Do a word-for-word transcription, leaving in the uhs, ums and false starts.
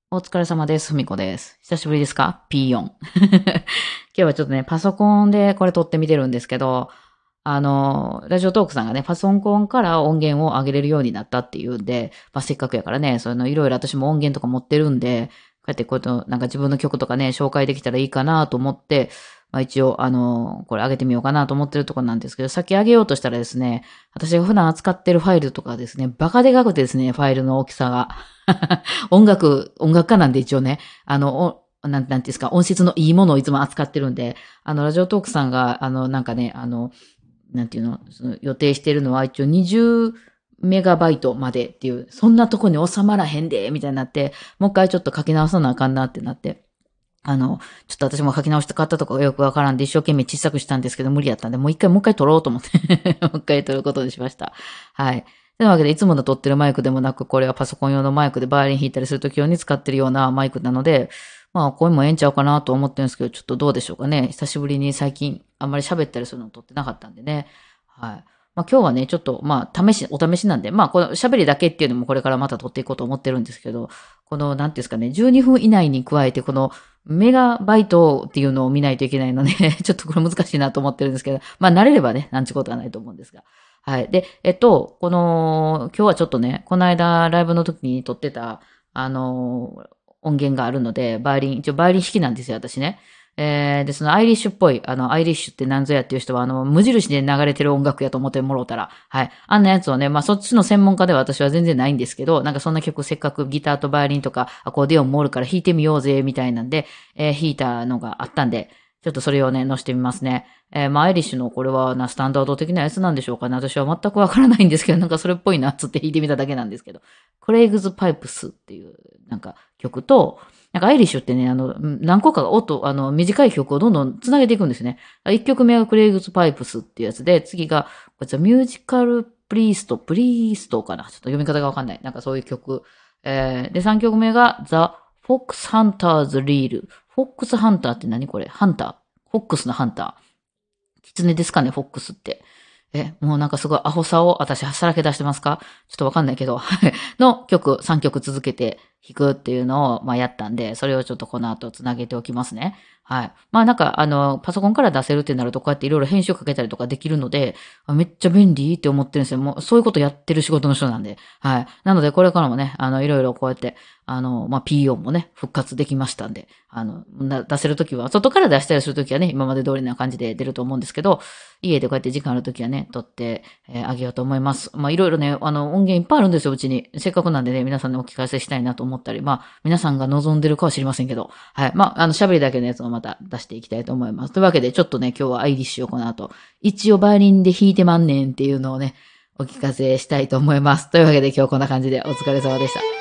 お疲れ様です。ふみこです。久しぶりですか？ ピーよん。今日はちょっとね、パソコンでこれ撮ってみてるんですけど、あの、ラジオトークさんがね、パソコンから音源を上げれるようになったっていうんで、まあ、せっかくやからね、そういうのいろいろ私も音源とか持ってるんで、こうやってこういうの、なんか自分の曲とかね、紹介できたらいいかなと思って、まあ一応、あの、これ上げてみようかなと思ってるところなんですけど、先上げようとしたらですね、私が普段扱ってるファイルとかですね、バカでかくてですね、ファイルの大きさが。音楽、音楽家なんで一応ね、あの、おなん、なんていうんですか、音質のいいものをいつも扱ってるんで、あの、ラジオトークさんが、あの、なんかね、あの、なんていうの、その予定してるのは一応にじゅうメガバイトまでっていう、そんなとこに収まらへんで、みたいになって、もう一回ちょっと書き直さなあかんなってなって、あの、ちょっと私も書き直して買ったとかがよくわからんで一生懸命小さくしたんですけど無理やったんで、もう一回もう一回撮ろうと思ってもう一回撮ることにしました。はい。というわけで、いつもの撮ってるマイクでもなく、これはパソコン用のマイクでバイオリン弾いたりするとき用に使ってるようなマイクなので、まあ、声もええんちゃうかなと思ってるんですけど、ちょっとどうでしょうかね。久しぶりに最近あんまり喋ったりするのを撮ってなかったんでね。はい。まあ今日はね、ちょっと、まあ試し、お試しなんで、まあこの喋りだけっていうのもこれからまた撮っていこうと思ってるんですけど、この、なんていうんですかね、じゅうにふん以内に加えて、このメガバイトっていうのを見ないといけないのでちょっとこれ難しいなと思ってるんですけど、まあ慣れればね、なんちゅうことはないと思うんですが。はい。で、えっと、この、今日はちょっとね、この間ライブの時に撮ってた、あの、音源があるので、バイオリン、一応バイオリン弾きなんですよ、私ね。えー、で、そのアイリッシュっぽい、あの、アイリッシュって何ぞやっていう人は、あの、無印で流れてる音楽やと思ってもろうたら、はい。あんなやつをね、まあ、そっちの専門家では私は全然ないんですけど、なんかそんな曲せっかくギターとバイオリンとかアコーディオンもおるから弾いてみようぜ、みたいなんで、えー、弾いたのがあったんで、ちょっとそれをね、載せてみますね。えー、まあ、アイリッシュのこれはな、スタンダード的なやつなんでしょうかね。私は全くわからないんですけど、なんかそれっぽいな、つって弾いてみただけなんですけど。クレイグズ・パイプスっていう、なんか曲と、なんかアイリッシュってね、あの、何個かが音、あの、短い曲をどんどん繋げていくんですね。一曲目がクレイグズ・パイプスっていうやつで、次が、こいつはミュージカル・プリースト、プリーストかなちょっと読み方がわかんない。なんかそういう曲。えー、で、三曲目が、ザ・フォックス・ハンターズ・リール。フォックス・ハンターって何これハンター。フォックスのハンター。キツネですかね、フォックスって。え、もうなんかすごいアホさを私さらけ出してますか？ちょっとわかんないけど、の曲さんきょく続けて弾くっていうのを、まあやったんで、それをちょっとこの後つなげておきますね。はい。まあなんか、あの、パソコンから出せるってなると、こうやっていろいろ編集かけたりとかできるので、あめっちゃ便利って思ってるんですよ。もうそういうことやってる仕事の人なんで。はい。なのでこれからもね、あの、いろいろこうやって、あの、まあ ピーよん もね、復活できましたんで、あの、出せるときは、外から出したりするときはね、今まで通りな感じで出ると思うんですけど、家でこうやって時間あるときはね、撮ってえーあげようと思います。まあ、いろいろね、あの、音源いっぱいあるんですよ、うちに。せっかくなんでね、皆さんにお聞かせしたいなと思ったり、まあ、皆さんが望んでるかは知りませんけど、はい。まあ、あの、喋りだけのやつをまた出していきたいと思います。というわけで、ちょっとね、今日はアイリッシュをこの後、一応バイオリンで弾いてまんねんっていうのをね、お聞かせしたいと思います。というわけで今日こんな感じでお疲れ様でした。